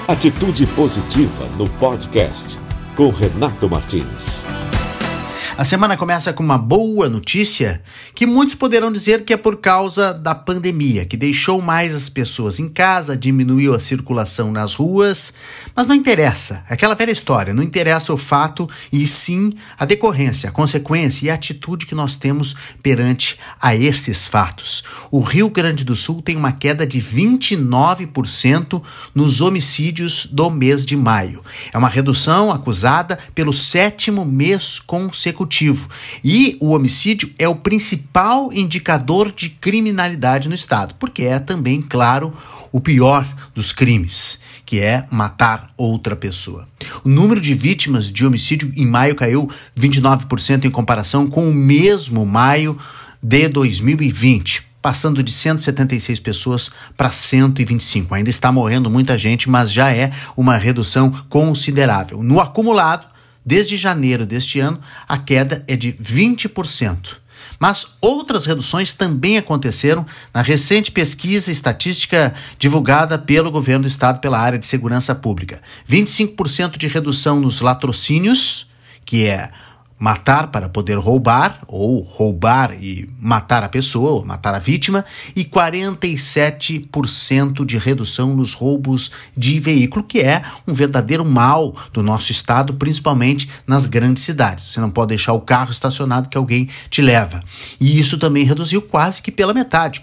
Atitude Positiva no podcast, com Renato Martins. A semana começa com uma boa notícia que muitos poderão dizer que é por causa da pandemia, que deixou mais as pessoas em casa, diminuiu a circulação nas ruas, mas não interessa, é aquela velha história, não interessa o fato e sim a decorrência, a consequência e a atitude que nós temos perante a esses fatos. O Rio Grande do Sul tem uma queda de 29% nos homicídios do mês de maio. É uma redução acusada pelo 7º mês consecutivo. E o homicídio é o principal indicador de criminalidade no estado, porque é também, claro, o pior dos crimes, que é matar outra pessoa. O número de vítimas de homicídio em maio caiu 29% em comparação com o mesmo maio de 2020. Passando de 176 pessoas para 125. Ainda está morrendo muita gente, mas já é uma redução considerável. No acumulado, desde janeiro deste ano, a queda é de 20%. Mas outras reduções também aconteceram na recente pesquisa estatística divulgada pelo governo do estado pela área de segurança pública. 25% de redução nos latrocínios, que é matar para poder roubar, ou roubar e matar a pessoa, ou matar a vítima, e 47% de redução nos roubos de veículo, que é um verdadeiro mal do nosso estado, principalmente nas grandes cidades. Você não pode deixar o carro estacionado que alguém te leva. E isso também reduziu quase que pela metade,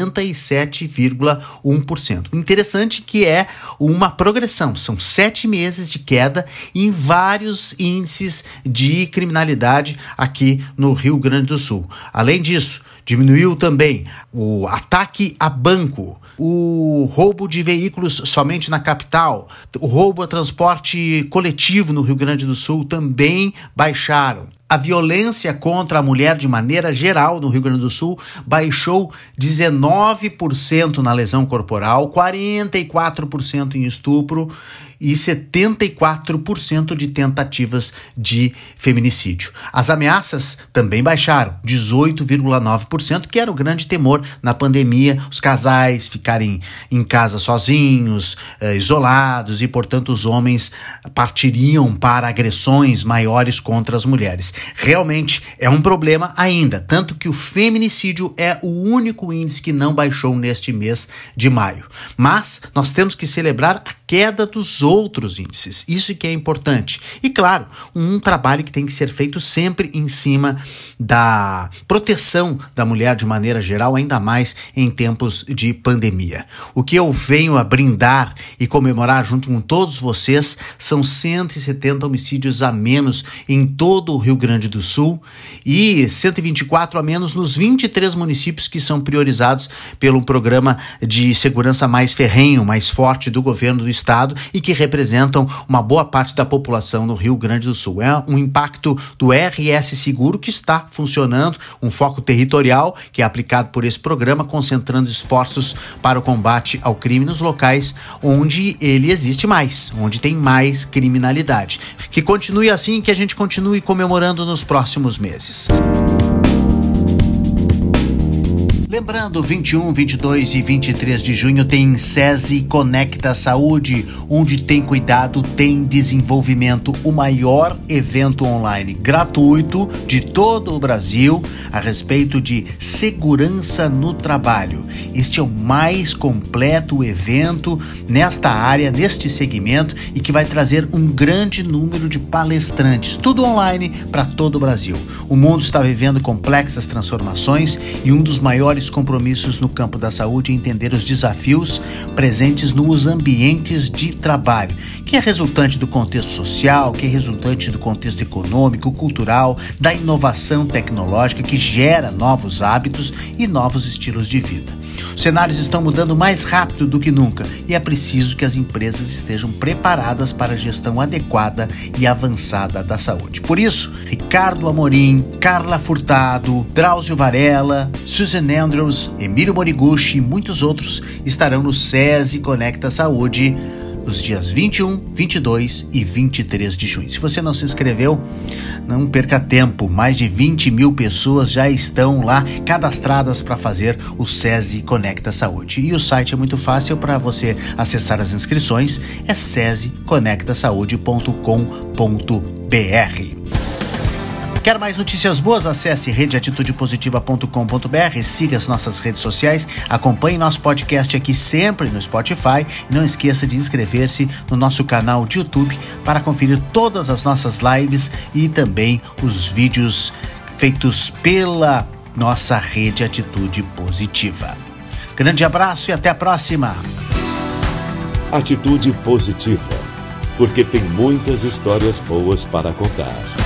47,1%. O interessante que é uma progressão, são 7 meses de queda em vários índices de criminalidade aqui no Rio Grande do Sul. Além disso, diminuiu também o ataque a banco, o roubo de veículos somente na capital, o roubo a transporte coletivo no Rio Grande do Sul também baixaram. A violência contra a mulher de maneira geral no Rio Grande do Sul baixou 19% na lesão corporal, 44% em estupro e 74% de tentativas de feminicídio. As ameaças também baixaram, 18,9%, que era o grande temor na pandemia, os casais ficarem em casa sozinhos, isolados, e, portanto, os homens partiriam para agressões maiores contra as mulheres. Realmente é um problema ainda, tanto que o feminicídio é o único índice que não baixou neste mês de maio. Mas nós temos que celebrar a queda dos outros índices, isso que é importante. E claro, um trabalho que tem que ser feito sempre em cima da proteção da mulher de maneira geral, ainda mais em tempos de pandemia. O que eu venho a brindar e comemorar junto com todos vocês são 170 homicídios a menos em todo o Rio Grande do Sul e 124 a menos nos 23 municípios que são priorizados pelo programa de segurança mais ferrenho, mais forte do governo do estado e que representam uma boa parte da população no Rio Grande do Sul. É um impacto do RS Seguro que está funcionando, um foco territorial que é aplicado por esse programa, concentrando esforços para o combate ao crime nos locais onde ele existe mais, onde tem mais criminalidade. Que continue assim, que a gente continue comemorando nos próximos meses. Lembrando, 21, 22 e 23 de junho tem SESI Conecta Saúde, onde tem cuidado, tem desenvolvimento, o maior evento online gratuito de todo o Brasil a respeito de segurança no trabalho. Este é o mais completo evento nesta área, neste segmento, e que vai trazer um grande número de palestrantes, tudo online para todo o Brasil. O mundo está vivendo complexas transformações e um dos maiores compromissos no campo da saúde é entender os desafios presentes nos ambientes de trabalho, que é resultante do contexto social, que é resultante do contexto econômico, cultural, da inovação tecnológica que gera novos hábitos e novos estilos de vida. Os cenários estão mudando mais rápido do que nunca e é preciso que as empresas estejam preparadas para a gestão adequada e avançada da saúde. Por isso, Ricardo Amorim, Carla Furtado, Drauzio Varela, Susan Andrews, Emílio Moriguchi e muitos outros estarão no SESI Conecta Saúde, os dias 21, 22 e 23 de junho. Se você não se inscreveu, não perca tempo. Mais de 20 mil pessoas já estão lá cadastradas para fazer o SESI Conecta Saúde. E o site é muito fácil para você acessar as inscrições, é sesiconectasaude.com.br. Quer mais notícias boas? Acesse redeatitudepositiva.com.br, siga as nossas redes sociais, acompanhe nosso podcast aqui sempre no Spotify e não esqueça de inscrever-se no nosso canal de YouTube para conferir todas as nossas lives e também os vídeos feitos pela nossa Rede Atitude Positiva. Grande abraço e até a próxima! Atitude Positiva, porque tem muitas histórias boas para contar.